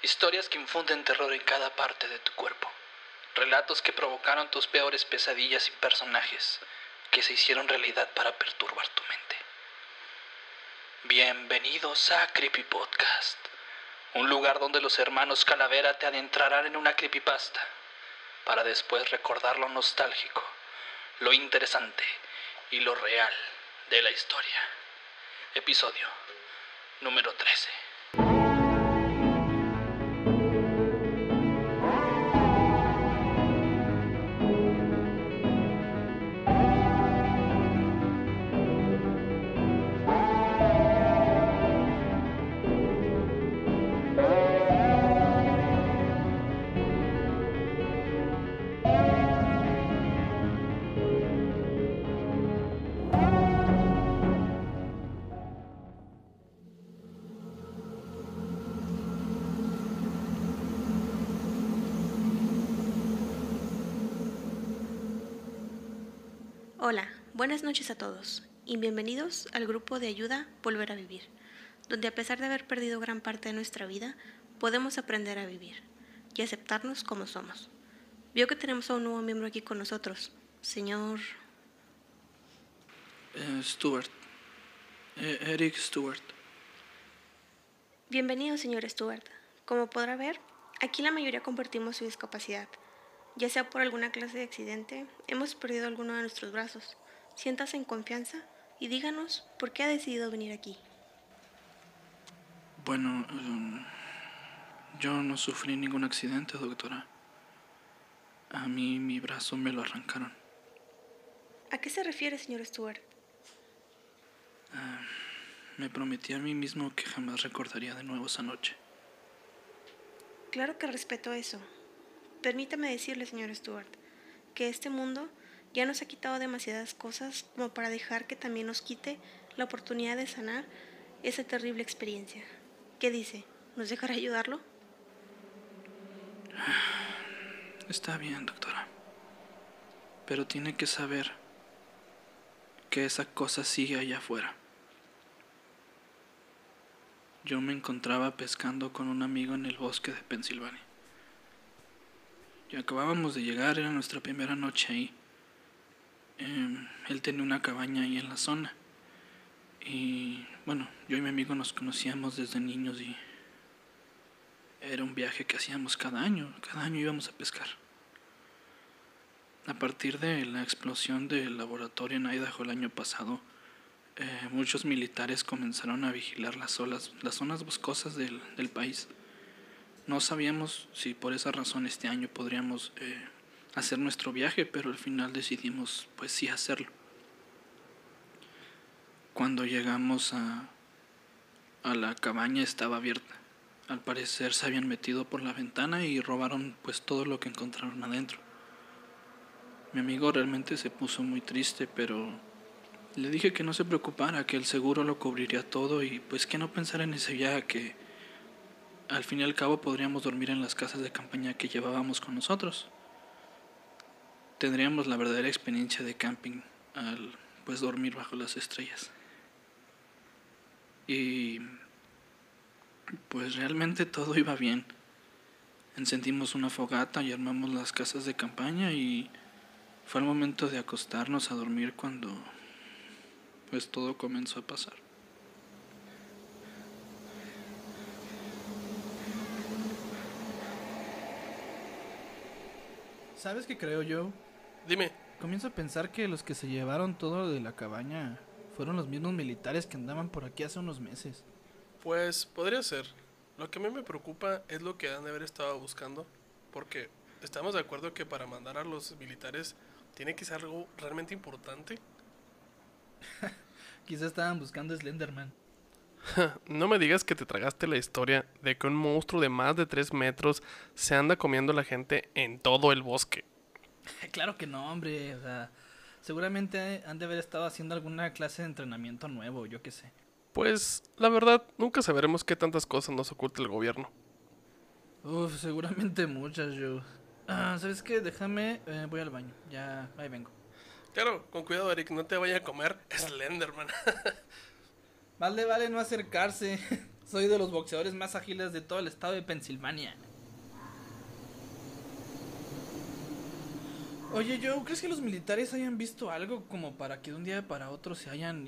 Historias que infunden terror en cada parte de tu cuerpo. Relatos que provocaron tus peores pesadillas y personajes que se hicieron realidad para perturbar tu mente. Bienvenidos a Creepy Podcast, un lugar donde los hermanos Calavera te adentrarán en una creepypasta para después recordar lo nostálgico, lo interesante y lo real de la historia. Episodio número 13. Hola, buenas noches a todos y bienvenidos al grupo de ayuda Volver a Vivir, donde a pesar de haber perdido gran parte de nuestra vida, podemos aprender a vivir y aceptarnos como somos. Veo que tenemos a un nuevo miembro aquí con nosotros, señor... Stuart. Eric Stuart. Bienvenido, señor Stuart. Como podrá ver, aquí la mayoría compartimos su discapacidad. Ya sea por alguna clase de accidente, hemos perdido alguno de nuestros brazos. Siéntase en confianza y díganos por qué ha decidido venir aquí. Bueno, yo no sufrí ningún accidente, doctora. A mí mi brazo me lo arrancaron. ¿A qué se refiere, señor Stuart? Me prometí a mí mismo que jamás recordaría de nuevo esa noche. Claro que respeto eso. Permítame decirle, señor Stuart, que este mundo ya nos ha quitado demasiadas cosas como para dejar que también nos quite la oportunidad de sanar esa terrible experiencia. ¿Qué dice? ¿Nos dejará ayudarlo? Está bien, doctora. Pero tiene que saber que esa cosa sigue allá afuera. Yo me encontraba pescando con un amigo en el bosque de Pensilvania. Y acabábamos de llegar, era nuestra primera noche ahí. Él tenía una cabaña ahí en la zona. Y bueno, yo y mi amigo nos conocíamos desde niños y era un viaje que hacíamos cada año íbamos a pescar. A partir de la explosión del laboratorio en Idaho el año pasado, muchos militares comenzaron a vigilar las zonas boscosas del país. No sabíamos si por esa razón este año podríamos hacer nuestro viaje, pero al final decidimos pues sí hacerlo. Cuando llegamos a la cabaña estaba abierta. Al parecer se habían metido por la ventana y robaron pues todo lo que encontraron adentro. Mi amigo realmente se puso muy triste, pero le dije que no se preocupara, que el seguro lo cubriría todo y pues que no pensara en ese viaje, que al fin y al cabo podríamos dormir en las casas de campaña que llevábamos con nosotros. Tendríamos la verdadera experiencia de camping al pues dormir bajo las estrellas. Y pues realmente todo iba bien. Encendimos una fogata y armamos las casas de campaña y fue el momento de acostarnos a dormir cuando pues todo comenzó a pasar. ¿Sabes qué creo yo? Dime. Comienzo a pensar que los que se llevaron todo lo de la cabaña fueron los mismos militares que andaban por aquí hace unos meses. Pues podría ser. Lo que a mí me preocupa es lo que han de haber estado buscando, porque estamos de acuerdo que para mandar a los militares tiene que ser algo realmente importante. Quizás estaban buscando Slenderman. No me digas que te tragaste la historia de que un monstruo de más de 3 metros se anda comiendo a la gente en todo el bosque. Claro que no, hombre. O sea, seguramente han de haber estado haciendo alguna clase de entrenamiento nuevo, yo qué sé. Pues, la verdad, nunca sabremos qué tantas cosas nos oculta el gobierno. Seguramente muchas, yo. ¿Sabes qué? Déjame, voy al baño. Ya, ahí vengo. Claro, con cuidado, Eric, no te vaya a comer Slenderman. Vale, no acercarse. Soy de los boxeadores más ágiles de todo el estado de Pensilvania. Oye, Joe, ¿crees que los militares hayan visto algo como para que de un día para otro se hayan...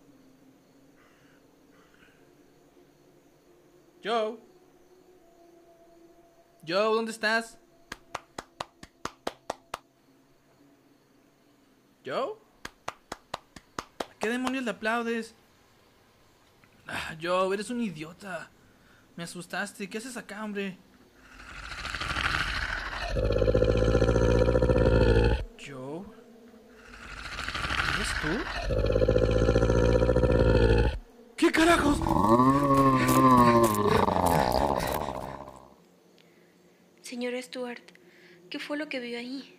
Joe. Joe, ¿dónde estás? ¿Joe? ¿A qué demonios le aplaudes? Joe, eres un idiota. Me asustaste. ¿Qué haces acá, hombre? Joe. ¿Eres tú? ¿Qué carajos? Señor Stuart, ¿qué fue lo que vio ahí?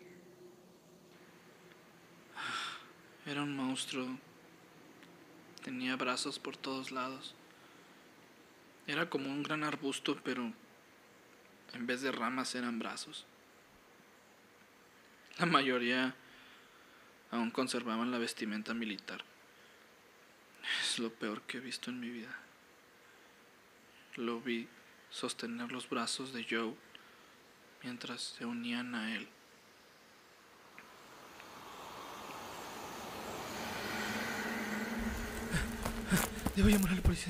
Era un monstruo. Tenía brazos por todos lados. Era como un gran arbusto, pero en vez de ramas eran brazos. La mayoría aún conservaban la vestimenta militar. Es lo peor que he visto en mi vida. Lo vi sostener los brazos de Joe mientras se unían a él. Debo llamar a la policía,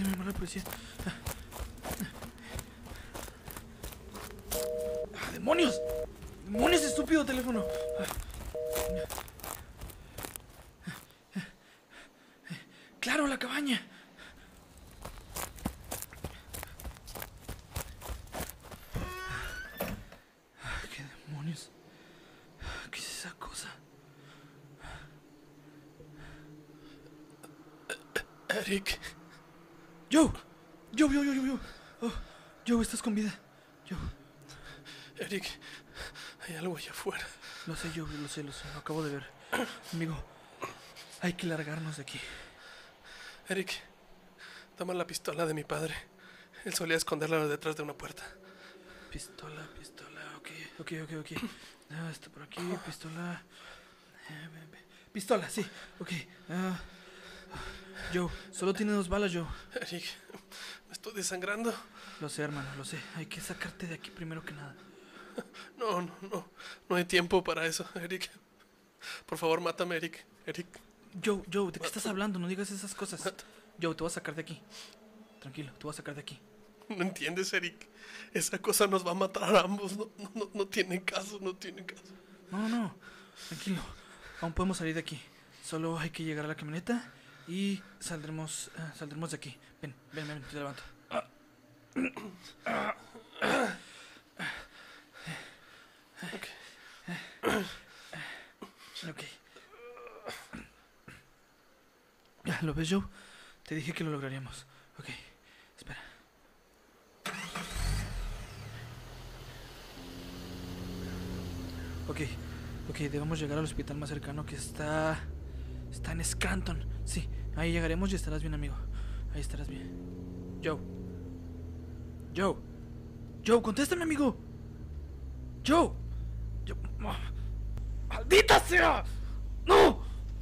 ¡Demonios! ¡Demonios, estúpido teléfono! ¡Claro, la cabaña! ¿Qué demonios? ¿Qué es esa cosa? Eric. Joe. Oh, Joe, estás con vida. Joe. Eric, hay algo allá afuera. Lo sé, Joe, lo sé, lo acabo de ver. Amigo, hay que largarnos de aquí. Eric, toma la pistola de mi padre. Él solía esconderla detrás de una puerta. Pistola, ok. Está por aquí, pistola. Pistola, sí, ok. Joe, solo tiene 2 balas, Joe. Eric, me estoy desangrando. Lo sé, hermano, lo sé. Hay que sacarte de aquí primero que nada. No hay tiempo para eso, Eric. Por favor, mátame, Eric. Joe, ¿de qué estás hablando? No digas esas cosas. Joe, te voy a sacar de aquí. Tranquilo, te voy a sacar de aquí. No entiendes, Eric. Esa cosa nos va a matar a ambos. No tiene caso. No. Tranquilo. Aún podemos salir de aquí. Solo hay que llegar a la camioneta y saldremos de aquí. Ven, te levanto. Ok. ¿Lo ves, Joe? Te dije que lo lograríamos. Ok, espera. Ok, debemos llegar al hospital más cercano que está en Scranton. Sí, ahí llegaremos y estarás bien, amigo. Ahí estarás bien. Joe, contéstame, amigo. Joe. ¡Maldita sea! ¡No!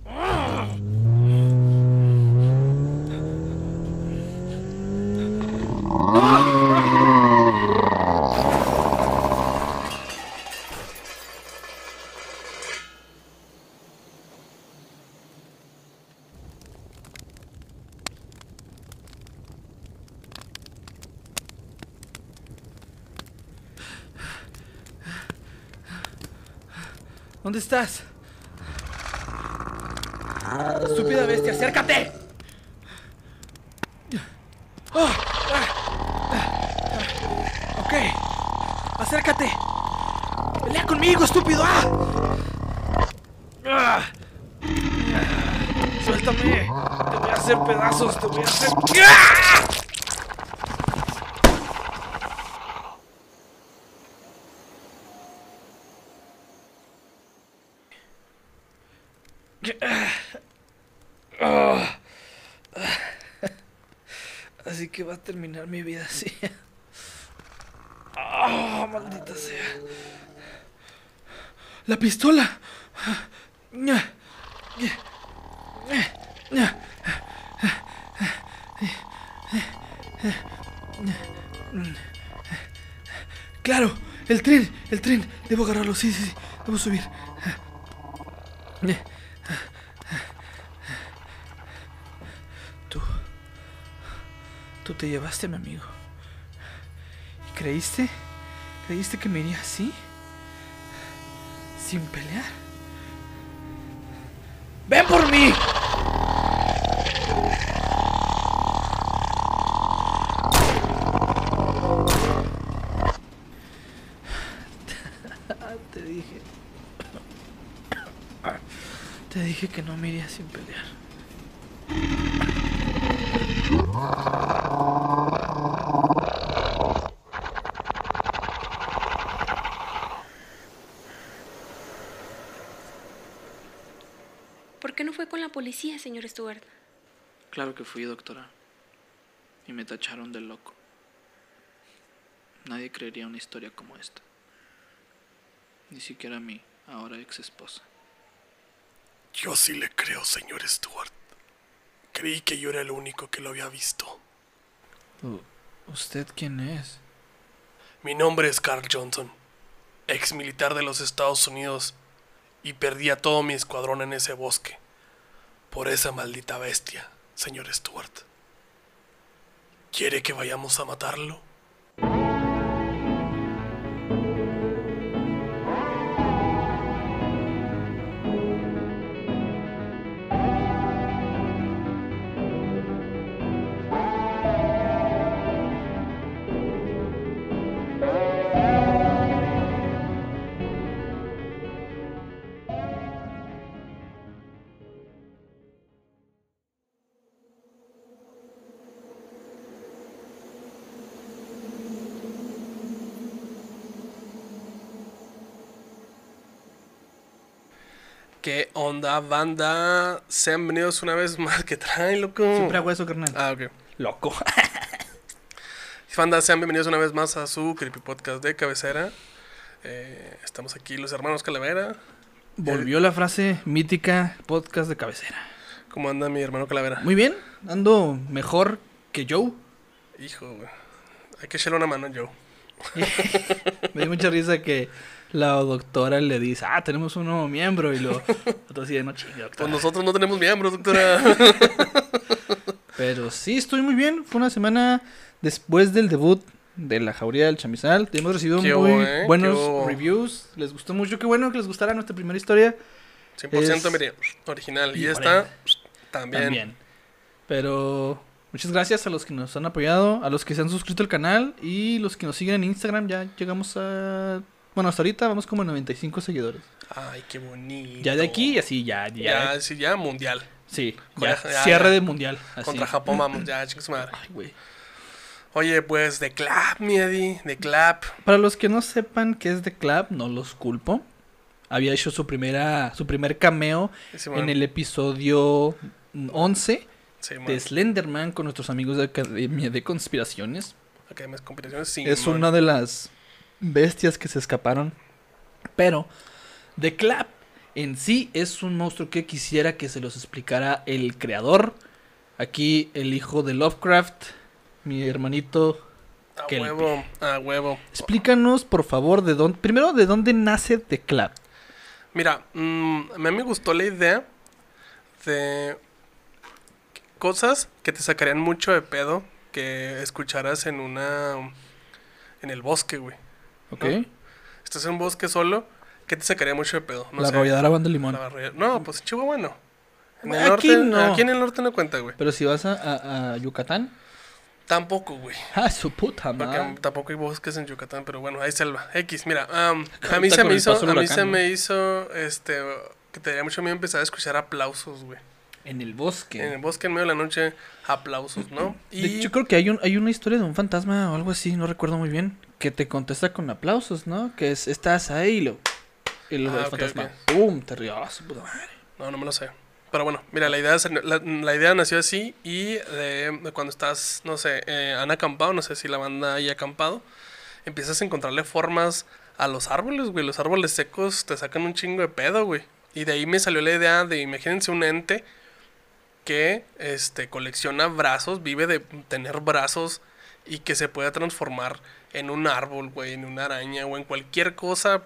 ¿Dónde estás? ¡Estúpida bestia! ¡Acércate! Ok. ¡Acércate! ¡Pelea conmigo, estúpido! ¡Suéltame! Te voy a hacer pedazos, te voy a hacer... Así que va a terminar mi vida así. Maldita sea. La pistola. Claro, el tren. Debo agarrarlo, sí. Debo subir. Tú te llevaste a mi amigo. ¿Y creíste? ¿Creíste que me iría así? ¿Sin pelear? ¡Ven por mí! Te dije que no me iría sin pelear. ¿Por qué no fue con la policía, señor Stewart? Claro que fui, doctora. Y me tacharon de loco. Nadie creería una historia como esta. Ni siquiera mi ahora ex esposa. Yo sí le creo, señor Stewart. Creí que yo era el único que lo había visto. ¿Usted quién es? Mi nombre es Carl Johnson, ex militar de los Estados Unidos, y perdí a todo mi escuadrón en ese bosque. Por esa maldita bestia, señor Stewart. ¿Quiere que vayamos a matarlo? ¿Qué onda, banda? Sean bienvenidos una vez más. ¿Qué traen, loco? Siempre hago eso, carnal. Ah, ok. Loco. Banda, sean bienvenidos una vez más a su creepy podcast de cabecera. Estamos aquí los hermanos Calavera. Volvió la frase mítica, podcast de cabecera. ¿Cómo anda mi hermano Calavera? Muy bien, ando mejor que Joe. Hijo, güey. Hay que echarle una mano a Joe. Me dio mucha risa que la doctora le dice, tenemos un nuevo miembro. Y lo otro así de no chingue, doctora. Pues nosotros no tenemos miembros, doctora. Pero sí, estoy muy bien. Fue una semana después del debut de La Jauría del Chamizal. Hemos recibido muy buenos reviews. Les gustó mucho. Qué bueno que les gustara nuestra primera historia. 100% mire, original. Y esta también. Pero muchas gracias a los que nos han apoyado, a los que se han suscrito al canal y los que nos siguen en Instagram. Ya llegamos a... Bueno, hasta ahorita vamos como 95 seguidores. Ay, qué bonito. Ya de aquí, así, ya. Sí, ya mundial. Sí, ya cierre de mundial. Así. Contra Japón vamos, ya, chicos madre. Ay, güey. Oye, pues, The Clap, mi Eddie, The Clap. Para los que no sepan qué es The Clap, no los culpo. Había hecho su primer cameo en el episodio 11 de Slenderman con nuestros amigos de Academia de Conspiraciones. Academia de Conspiraciones, sí. Es una de las bestias que se escaparon. Pero The Clap en sí es un monstruo que quisiera que se los explicara el creador. Aquí el hijo de Lovecraft, mi hermanito. A huevo. Explícanos, por favor, de dónde nace The Clap. Mira, a mí me gustó la idea de cosas que te sacarían mucho de pedo que escucharas en el bosque, güey. Ok. ¿No? Estás en un bosque solo, ¿qué te sacaría mucho de pedo? No, la arrolladora Banda Limón. No, pues Chihuahua no. Aquí en el norte no cuenta, güey. Pero si vas a Yucatán. Tampoco, güey. Su puta madre. Porque tampoco hay bosques en Yucatán, pero bueno, hay selva. X, mira, a mí se me hizo, que te daría mucho miedo empezar a escuchar aplausos, güey. En el bosque. En el bosque, en medio de la noche, aplausos, ¿no? Y yo creo que hay una historia de un fantasma o algo así, no recuerdo muy bien, que te contesta con aplausos, ¿no? Que estás ahí y el fantasma, ¡pum! Te río, su puta madre. No me lo sé. Pero bueno, mira, la idea nació así y de cuando estás, no sé, han acampado, no sé si la banda haya acampado, empiezas a encontrarle formas a los árboles, güey. Los árboles secos te sacan un chingo de pedo, güey. Y de ahí me salió la idea de, imagínense un ente que colecciona brazos, vive de tener brazos y que se pueda transformar en un árbol, güey, en una araña o en cualquier cosa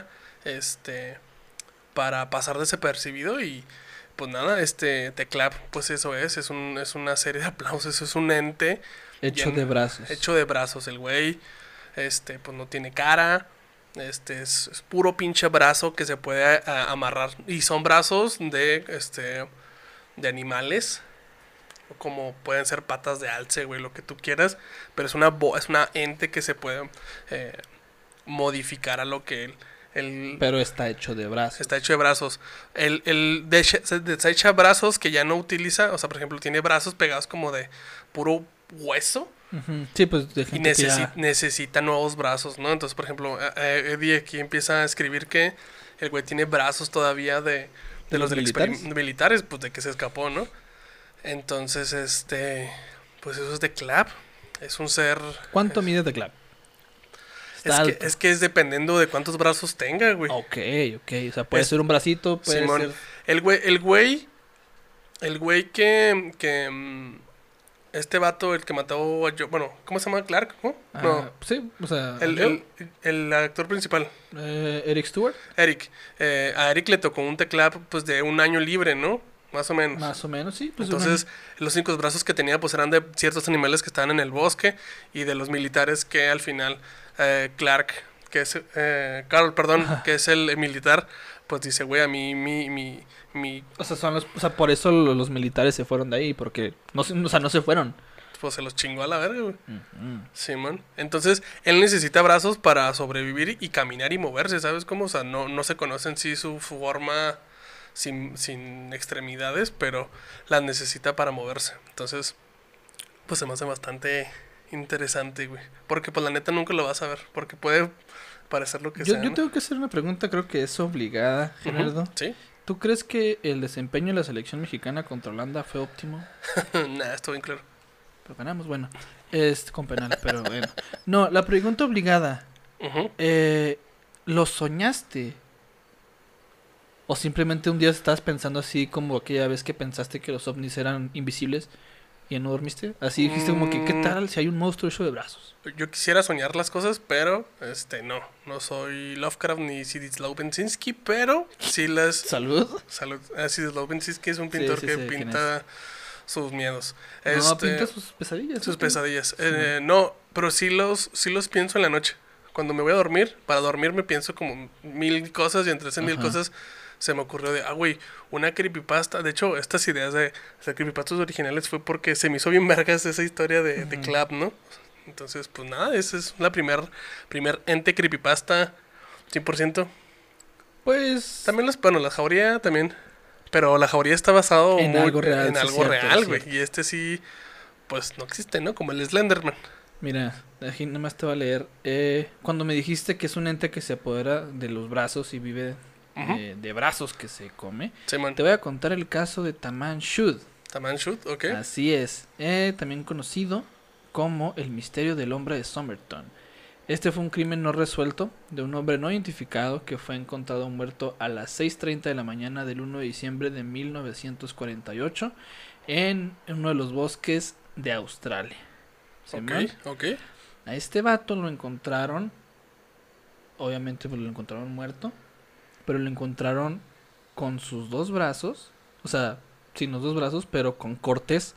para pasar desapercibido y pues nada, The Clap, pues eso es una serie de aplausos, es un ente Hecho de brazos. Hecho de brazos, el güey, pues no tiene cara, es puro pinche brazo que se puede amarrar y son brazos de animales, como pueden ser patas de alce, güey, lo que tú quieras, pero es una ente que se puede modificar a lo que pero está hecho de brazos. Está hecho de brazos. Se desecha brazos que ya no utiliza. O sea, por ejemplo, tiene brazos pegados como de puro hueso. Uh-huh. Sí, pues de gente y necesita nuevos brazos, ¿no? Entonces, por ejemplo, Eddie aquí empieza a escribir que el güey tiene brazos todavía de los militares, pues de que se escapó, ¿no? Entonces, pues eso es The Clap. Es un ser... ¿Cuánto mide The Clap? Es que es dependiendo de cuántos brazos tenga, güey. Ok. O sea, puede ser un bracito, puede ser... El güey que este vato, el que mató a bueno, ¿cómo se llama? ¿Clark? No. Sí, o sea... El actor principal. Eric Stewart. Eric. A Eric le tocó un teclado, pues, de un año libre, ¿no? Más o menos, sí. Pues entonces, los únicos brazos que tenía, pues, eran de ciertos animales que estaban en el bosque y de los militares que al final... Clark, que es Carl, perdón, que es el militar, pues dice, güey, a mí mi o sea, por eso los militares se fueron de ahí, porque no se fueron. Pues se los chingó a la verga, güey. Uh-huh. Simón. Entonces, él necesita brazos para sobrevivir y caminar y moverse, ¿sabes cómo? O sea, no se conoce en sí su forma sin extremidades, pero las necesita para moverse. Entonces, pues se me hace bastante interesante, güey. Porque pues la neta nunca lo vas a ver. Porque puede parecer lo que sea. Yo tengo que hacer una pregunta, creo que es obligada, Gerardo. Uh-huh. ¿Sí? ¿Tú crees que el desempeño de la selección mexicana contra Holanda fue óptimo? Nah, estuvo bien claro. Pero ganamos, bueno. Con penal, pero bueno. No, la pregunta obligada. Uh-huh. ¿Lo soñaste? ¿O simplemente un día estabas pensando así como aquella vez que pensaste que los ovnis eran invisibles? ¿Y no dormiste? Así dijiste como que, ¿qué tal si hay un monstruo hecho de brazos? Yo quisiera soñar las cosas, pero, no soy Lovecraft ni Zdzisław Beksiński, pero sí las... ¿Salud? Zdzisław Beksiński es un pintor que pinta sus miedos. No, pinta sus pesadillas. Sus pesadillas. No, pero sí los pienso en la noche. Cuando me voy a dormir, para dormirme pienso como 1000 cosas y entre esas 1000 cosas... Se me ocurrió güey, una creepypasta. De hecho, estas ideas de hacer creepypastas originales fue porque se me hizo bien vergas esa historia de Clap, ¿no? Entonces, pues nada, esa es la primer ente creepypasta 100%. Pues... También la jauría también. Pero la jauría está basado en algo real. En algo real, güey. Y sí, pues no existe, ¿no? Como el Slenderman. Mira, aquí nomás te voy a leer. Cuando me dijiste que es un ente que se apodera de los brazos y vive... de brazos que se come. Sí, te voy a contar el caso de Taman Shud. Taman Shud, ok. Así es. También conocido como el misterio del hombre de Somerton. Este fue un crimen no resuelto de un hombre no identificado que fue encontrado muerto a las 6:30 de la mañana del 1 de diciembre de 1948 en uno de los bosques de Australia. Ok. A este vato lo encontraron, obviamente pues lo encontraron muerto, pero lo encontraron con sus 2 brazos, o sea, sin los 2 brazos, pero con cortes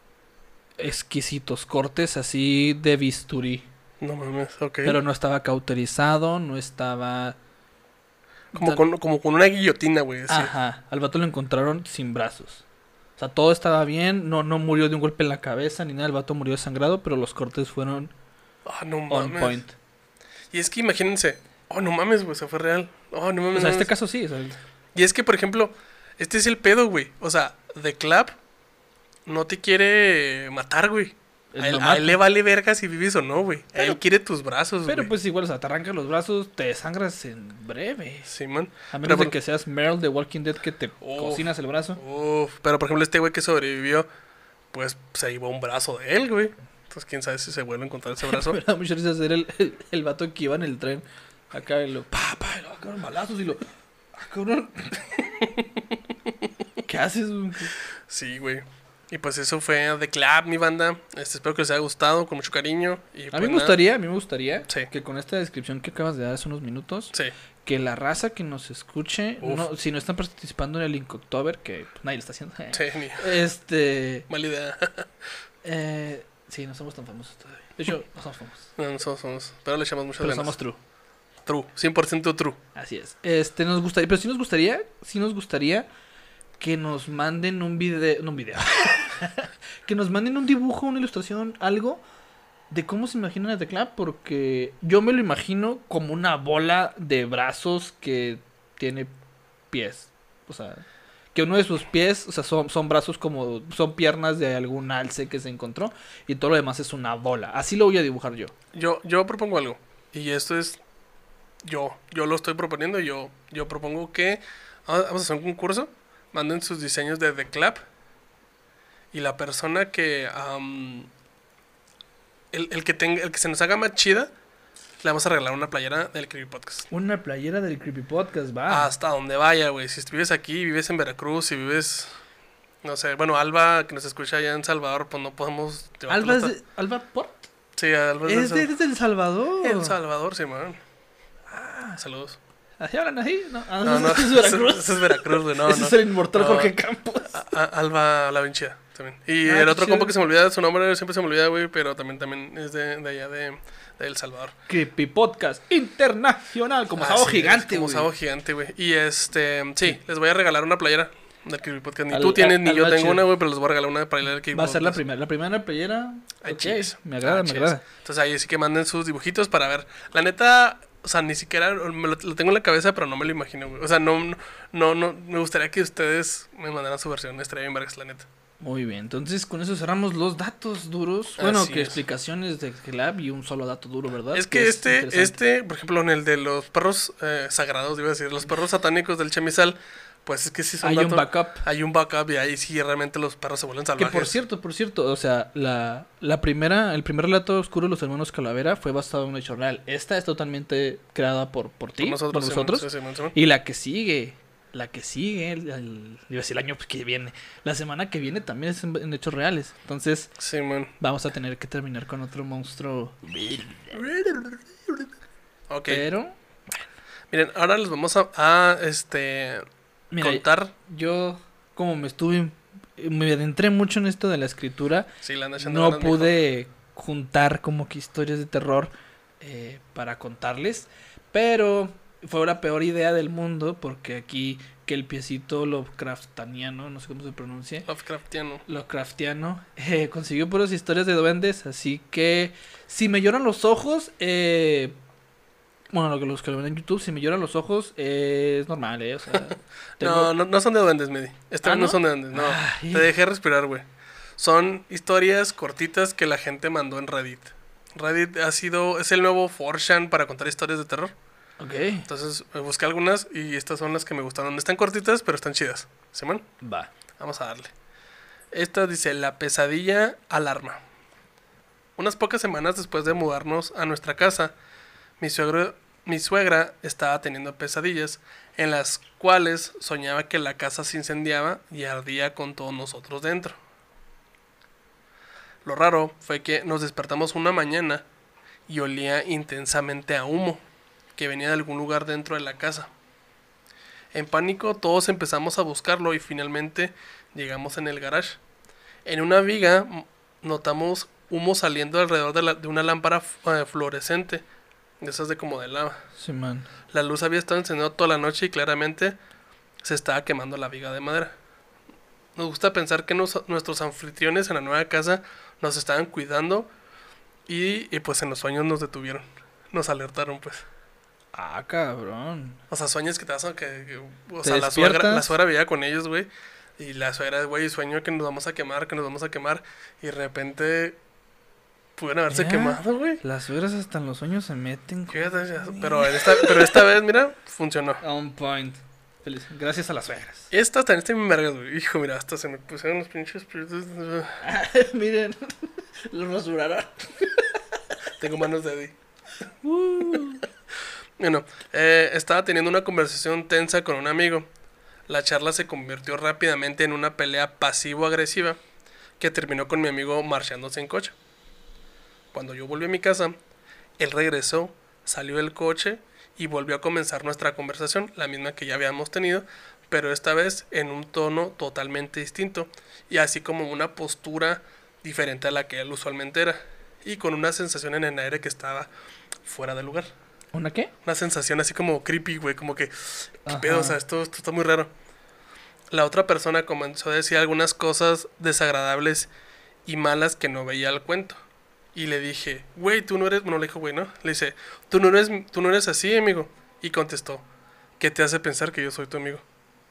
exquisitos, cortes así de bisturí. No mames, ok. Pero no estaba cauterizado, no estaba... Como con una guillotina, güey. Así. Ajá, al vato lo encontraron sin brazos. O sea, todo estaba bien, no murió de un golpe en la cabeza ni nada, el vato murió desangrado, pero los cortes fueron no on mames. point. Y es que imagínense, no mames, güey, eso fue real. No mames. O sea, este caso sí. O sea, y es que, por ejemplo, este es el pedo, güey. O sea, The Clap no te quiere matar, güey. A él le vale verga si vives o no, güey. Él quiere tus brazos, güey. Pero pues igual, o sea, te arrancas los brazos, te desangras en breve. Sí, man. A menos de que seas Meryl de Walking Dead que te cocinas el brazo. Pero por ejemplo, este güey que sobrevivió, pues se llevó un brazo de él, güey. Entonces, quién sabe si se vuelve a encontrar ese brazo. Me da mucha risa hacer el vato que iba en el tren. Acá y lo... y lo acabaron balazos y lo... cabrón. ¿Qué haces, güey? Sí, güey. Y pues eso fue The Club, mi banda. Espero que les haya gustado, con mucho cariño. Y A pues mí me gustaría Sí. que con esta descripción que acabas de dar hace unos minutos, Sí. que la raza que nos escuche, Uf. si no están participando en el Inktober, que pues, nadie lo está haciendo. Sí, mala idea. Sí, no somos tan famosos todavía. De hecho, no somos famosos. No somos. Pero le echamos muchas Pero ganas. somos true. True, 100% true. Así es. Nos gustaría, pero sí nos gustaría que nos manden un video, no un video. Que nos manden un dibujo, una ilustración, algo de cómo se imaginan a The Club, porque yo me lo imagino como una bola de brazos que tiene pies. O sea, que uno de sus pies, o sea, son brazos como, son piernas de algún alce que se encontró, y todo lo demás es una bola. Así lo voy a dibujar yo. Yo propongo algo. Y esto es. Yo lo estoy proponiendo. Yo propongo que vamos a hacer un concurso. Manden sus diseños de The Club. Y la persona que. El que se nos haga más chida, le vamos a regalar una playera del Creepy Podcast. Una playera del Creepy Podcast, va. Hasta donde vaya, güey. Si vives aquí, vives en Veracruz, si vives. No sé, bueno, Alba, que nos escucha allá en Salvador, pues no podemos. Alba es de, Alba Port. Sí, Alba Es de El Salvador. El Salvador, sí, man. Saludos. ¿Así hablan así? No, No, es Veracruz. Ese es Veracruz, güey. No, Ese no. es el inmortal No. Jorge Campos. Alba la Vinchida también. Y Ah, el qué otro chido. compa que se me olvida su nombre, siempre se me olvida, güey, pero también es de allá de El Salvador. Creepy Podcast internacional, como Sabo sí, Gigante, como güey. Sabo Gigante, güey. Y sí, les voy a regalar una playera del Creepy Podcast. Ni Al- tú tienes, ni al yo bache. tengo una, güey, pero les voy a regalar una playera del Creepy Va a Podcast. ser la primera playera. Ay, Ok, chis. me agrada, me Chis. agrada. Entonces ahí sí que manden sus dibujitos para ver. La neta, o sea, ni siquiera lo tengo en la cabeza, pero no me lo imagino, güey. O sea, no, me gustaría que ustedes me mandaran su versión. Estaría bien vergas, la neta. Muy bien, entonces con eso cerramos los datos duros. Bueno, Así que es. explicaciones de Club y un solo dato duro, ¿verdad? Es que interesante. por ejemplo, en el de los perros sagrados, iba a decir, los perros satánicos del Chemizal, pues es que sí son Hay un datos- backup. Hay un backup y ahí sí realmente los perros se vuelven Que salvajes. por cierto, o sea, el primer relato oscuro de los hermanos Calavera fue basado en un hecho real. Esta es totalmente creada por ti, por nosotros. Sí, Simón. Y la que sigue, iba a decir el año que viene, la semana que viene también es en hechos reales. Entonces, Simón. vamos a tener que terminar con otro monstruo. Ok. Pero, Miren, ahora les vamos a mira, contar. yo como me adentré mucho en esto de la escritura, Sí, la anda echando no ganas, mijo. pude juntar como que historias de terror para contarles, pero fue la peor idea del mundo porque aquí que el piecito Lovecraftiano, no sé cómo se pronuncia, Lovecraftiano, consiguió puras historias de duendes, así que si me lloran los ojos, bueno, los que lo ven en YouTube, si me lloran los ojos, es normal, o sea, No son de duendes, Medi. ¿Ah, No no? son de duendes, no. Ay. Te dejé respirar, güey. Son historias cortitas que la gente mandó en Reddit. Reddit es el nuevo 4chan para contar historias de terror. Ok, Entonces busqué algunas y estas son las que me gustaron. Están cortitas, pero están chidas. ¿Simón? va. Vamos a darle. Esta dice, la pesadilla alarma. Unas pocas semanas después de mudarnos a nuestra casa, mi suegra estaba teniendo pesadillas en las cuales soñaba que la casa se incendiaba y ardía con todos nosotros dentro. Lo raro fue que nos despertamos una mañana y olía intensamente a humo que venía de algún lugar dentro de la casa. En pánico todos empezamos a buscarlo y finalmente llegamos en el garage. En una viga notamos humo saliendo alrededor de una lámpara fluorescente, de esas de como de lava. Sí, man. La luz había estado encendida toda la noche y claramente se estaba quemando la viga de madera. Nos gusta pensar que nuestros anfitriones en la nueva casa nos estaban cuidando y pues en los sueños nos detuvieron. Nos alertaron, pues. Ah, cabrón. O sea, sueños que te hacen o ¿Te sea, la despiertas? suegra vivía con ellos, güey. Y la suegra, güey, sueño que nos vamos a quemar, Y de repente pudieron haberse Ya. quemado, güey. Las suegras hasta en los sueños se meten. Pero esta vez, mira, funcionó. On point. Feliz. Gracias a las suegras. Esta también está bien vergas, güey. Hijo, mira, hasta se me pusieron los pinches. Miren, lo rasuraron. Tengo manos de Eddie. Bueno, estaba teniendo una conversación tensa con un amigo. La charla se convirtió rápidamente en una pelea pasivo-agresiva que terminó con mi amigo marchándose en coche. Cuando yo volví a mi casa, él regresó, salió del coche y volvió a comenzar nuestra conversación, la misma que ya habíamos tenido, pero esta vez en un tono totalmente distinto y así como una postura diferente a la que él usualmente era y con una sensación en el aire que estaba fuera de lugar. ¿Una qué? Una sensación así como creepy, güey, como que, ¿qué Ajá. pedo? O sea, esto está muy raro. La otra persona comenzó a decir algunas cosas desagradables y malas que no veía al cuento. Y le dije, güey, tú no eres... Bueno, le dijo, güey, ¿no? Le dice, tú no eres así, amigo. Y contestó, ¿qué te hace pensar que yo soy tu amigo?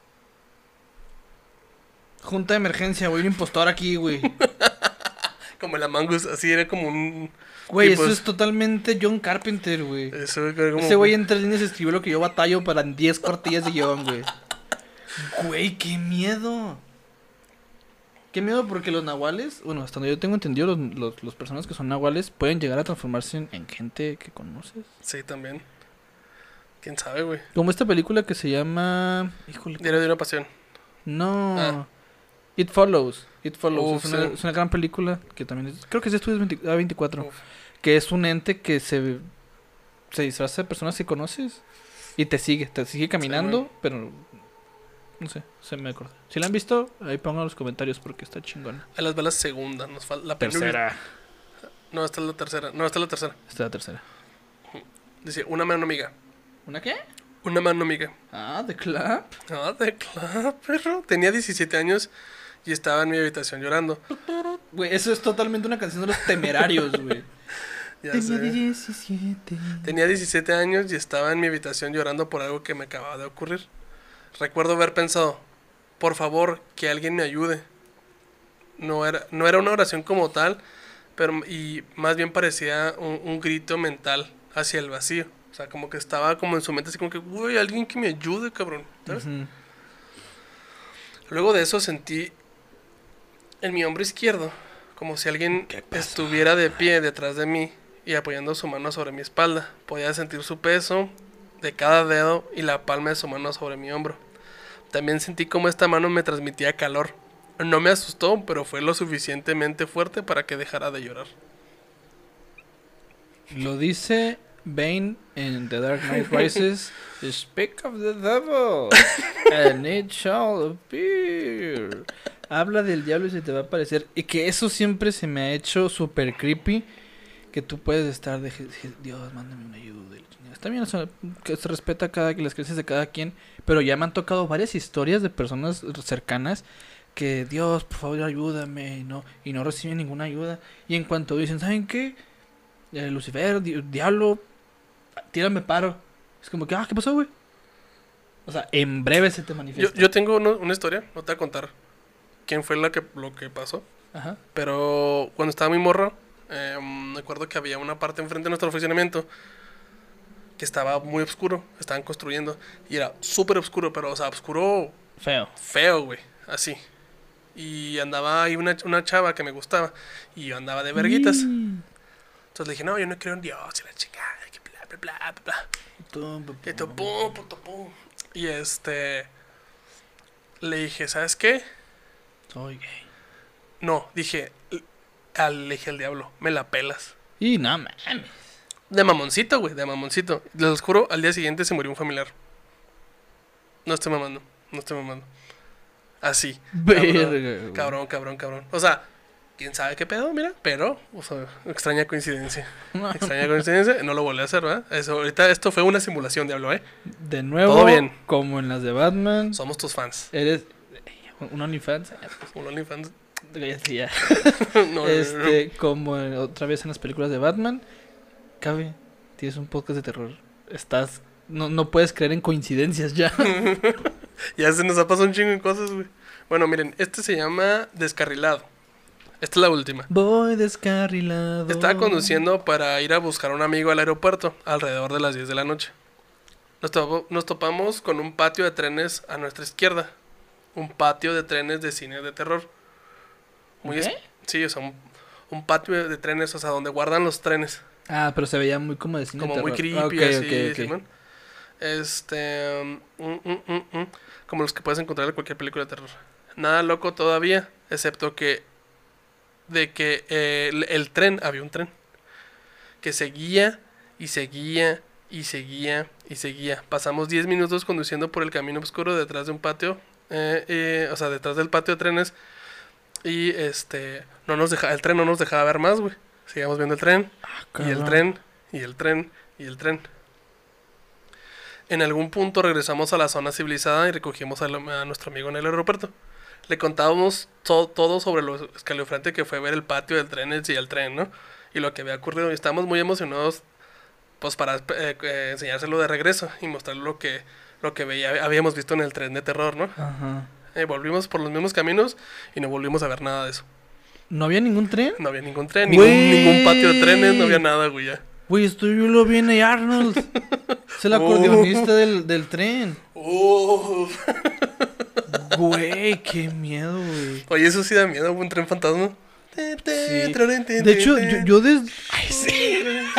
Junta de emergencia, güey. Un impostor aquí, güey. Como el Among Us, así era como un... Güey, tipo- eso es totalmente John Carpenter, güey. Eso era como... Ese güey en 3 líneas escribió lo que yo batallo para 10 cuartillas de guión, güey. Güey, qué miedo. Qué miedo porque los nahuales, bueno, hasta donde yo tengo entendido, los personas que son nahuales pueden llegar a transformarse en gente que conoces. Sí, también. ¿Quién sabe, güey? Como esta película que se llama... Híjole. Diario de una pasión. No. Ah. It Follows. It Follows. Uf, es, una, sí. es una gran película que también es... Creo que es de Estudios A24. Uf. Que es un ente que se disfraza de personas que conoces y te sigue caminando, güey. pero no sé, se me acuerda. Si la han visto, ahí pongan en los comentarios porque está chingona. A las balas segunda, nos falta la Tercera. No, esta es la tercera. No, esta es la tercera. Esta es la tercera. Dice, una mano amiga. ¿Una qué? Una mano amiga. Ah, The Clap. Ah, de claro, perro. Tenía 17 años y estaba en mi habitación llorando. Güey, eso es totalmente una canción de los Temerarios, güey. Ya Tenía sé. 17. Tenía 17 años y estaba en mi habitación llorando por algo que me acababa de ocurrir. Recuerdo haber pensado, por favor, que alguien me ayude. No era una oración como tal, pero y más bien parecía un grito mental hacia el vacío. O sea, como que estaba como en su mente así como que, güey, alguien que me ayude, cabrón. ¿Sabes? Ujú. Luego de eso sentí en mi hombro izquierdo como si alguien estuviera de pie detrás de mí y apoyando su mano sobre mi espalda. Podía sentir su peso de cada dedo y la palma de su mano sobre mi hombro. También sentí como esta mano me transmitía calor. No me asustó, pero fue lo suficientemente fuerte para que dejara de llorar. Lo dice Bane en The Dark Knight Rises. Speak of the devil, and it shall appear. Habla del diablo y se te va a aparecer. Y que eso siempre se me ha hecho super creepy. Que tú puedes estar de Dios, mándame una ayuda. Está bien, o sea, que se respeta las creencias de cada quien. Pero ya me han tocado varias historias de personas cercanas que Dios, por favor, ayúdame. Y no reciben ninguna ayuda. Y en cuanto dicen, ¿saben qué? Lucifer, diablo, tírame paro. Es como que, ¿qué pasó, güey? O sea, en breve se te manifiesta. Yo tengo una historia, no te voy a contar quién fue lo que pasó. Ajá. Pero cuando estaba muy morro, me acuerdo que había una parte enfrente de nuestro funcionamiento que estaba muy oscuro, estaban construyendo y era súper oscuro, pero o sea, oscuro Feo. feo, güey, así. Y andaba ahí una chava que me gustaba y yo andaba de verguitas. Entonces le dije, no, yo no creo en Dios y la chingada, que bla, bla, bla, bla, bla. Y esto, pum, puto, pum. Y le dije, ¿sabes qué? Soy gay. No, dije, le dije al diablo, me la pelas. Y no mames. De mamoncito, güey, de mamoncito. Les juro, al día siguiente se murió un familiar. No estoy mamando. Así. Verga, güey. Cabrón. O sea, quién sabe qué pedo, mira. Pero, o sea, extraña coincidencia. No lo volví a hacer, ¿verdad? Ahorita esto fue una simulación, diablo, ¿eh? De nuevo, Todo bien. como en las de Batman. Somos tus fans. Eres un OnlyFans. Un OnlyFans. Ya. No. Como otra vez en las películas de Batman. Cabe, tienes un podcast de terror. No puedes creer en coincidencias ya. Ya se nos ha pasado un chingo de cosas, güey. Bueno, miren, este se llama Descarrilado. Esta es la última. Voy descarrilado. Estaba conduciendo para ir a buscar a un amigo al aeropuerto alrededor de las 10 de la noche. Nos topamos con un patio de trenes a nuestra izquierda. Un patio de trenes de cine de terror. ¿Qué? Sí, o sea, un patio de trenes, o sea, donde guardan los trenes. Ah, pero se veía muy como de cine Como de muy terror. creepy, así, Ok. Simón. Como los que puedes encontrar en cualquier película de terror. Nada loco todavía, excepto que de que el tren, había un tren que seguía y seguía y seguía y seguía. Pasamos 10 minutos conduciendo por el camino oscuro detrás de un patio, o sea, detrás del patio de trenes. Y no nos el tren no nos dejaba ver más, güey. Seguíamos viendo el tren, y el tren, y el tren, y el tren. En algún punto regresamos a la zona civilizada y recogimos a nuestro amigo en el aeropuerto. Le contábamos todo sobre lo escalofriante que fue ver el patio del tren y el tren, ¿no? Y lo que había ocurrido. Y estábamos muy emocionados, pues, para enseñárselo de regreso y mostrarle lo que habíamos visto en el tren de terror, ¿no? Ajá. Volvimos por los mismos caminos y no volvimos a ver nada de eso. ¿No había ningún tren? No había ningún tren, ningún patio de trenes, no había nada, güey, ya. Güey, esto yo lo vi en Arnold. Es el acordeonista del tren. Güey, qué miedo, güey. Oye, eso sí da miedo, un tren fantasma. Sí. De hecho, yo desde... Ay, sí.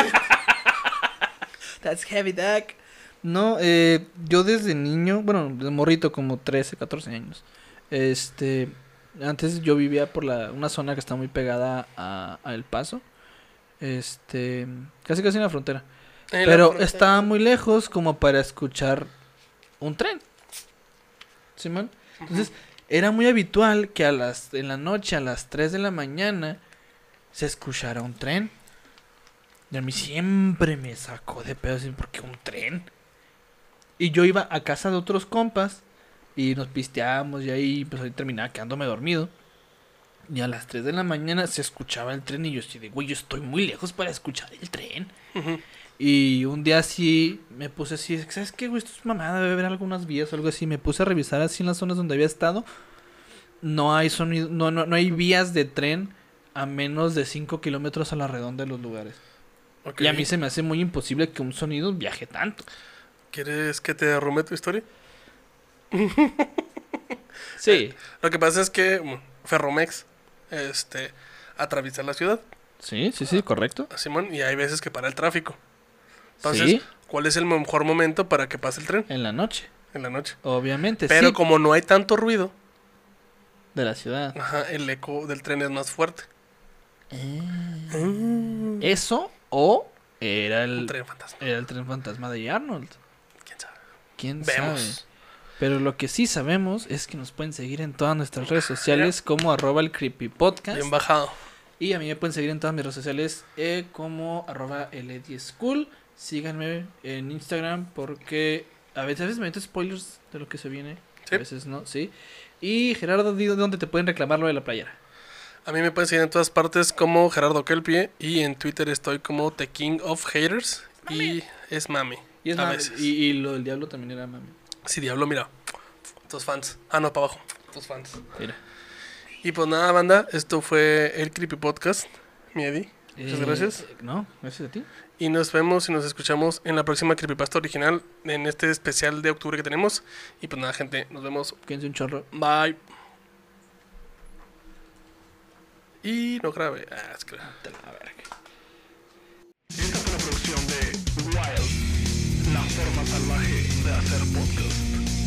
That's heavy, dog. No, yo desde niño, bueno, de morrito, como 13, 14 años. Antes yo vivía por una zona que está muy pegada a El Paso. Casi en la frontera. Pero estaba muy lejos como para escuchar un tren. ¿Simón? Entonces, era muy habitual que en la noche, a las 3 de la mañana, se escuchara un tren. Y a mí siempre me sacó de pedo, ¿por qué un tren? Y yo iba a casa de otros compas y nos pisteábamos y ahí pues ahí terminaba quedándome dormido. Y a las 3 de la mañana se escuchaba el tren y yo así de, güey, yo estoy muy lejos para escuchar el tren. Uh-huh. Y un día así me puse así, ¿sabes qué, güey? Esto es mamada, debe haber algunas vías o algo así. Me puse a revisar así en las zonas donde había estado. No hay sonido, no hay vías de tren a menos de 5 kilómetros a la redonda de los lugares. Okay. Y a mí se me hace muy imposible que un sonido viaje tanto. ¿Quieres que te arrume tu historia? Sí. Lo que pasa es que Ferromex atraviesa la ciudad. Sí, correcto. Simón, y hay veces que para el tráfico. Entonces, ¿sí? ¿Cuál es el mejor momento para que pase el tren? En la noche. En la noche. Obviamente, pero sí. Como no hay tanto ruido de la ciudad. Ajá, el eco del tren es más fuerte. Eso o era el tren fantasma. Era el tren fantasma de Arnold. ¿Quién Vemos. sabe? Pero lo que sí sabemos es que nos pueden seguir en todas nuestras redes sociales como @elcreepypodcast. Bien bajado. Y a mí me pueden seguir en todas mis redes sociales como @l10school. Síganme en Instagram porque a veces me meto spoilers de lo que se viene. ¿Sí? A veces no, sí. Y Gerardo, ¿dónde te pueden reclamar lo de la playera? A mí me pueden seguir en todas partes como Gerardo Kelpie. Y en Twitter estoy como The King of Haters. Mami. Y es mami. Y es mami. Y lo del diablo también era mami. Sí, diablo, mira. Tus fans. Ah, no, para abajo. Tus fans. Mira. Y pues nada, banda. Esto fue el Creepy Podcast. Mi Eddie. Muchas gracias. No, gracias a ti. Y nos vemos y nos escuchamos en la próxima Creepypasta original. En este especial de octubre que tenemos. Y pues nada, gente. Nos vemos. Quédense un chorro. Bye. Y no grave. Es que te la verga. Esta fue una producción de Wild, la forma salvaje de hacer podcast.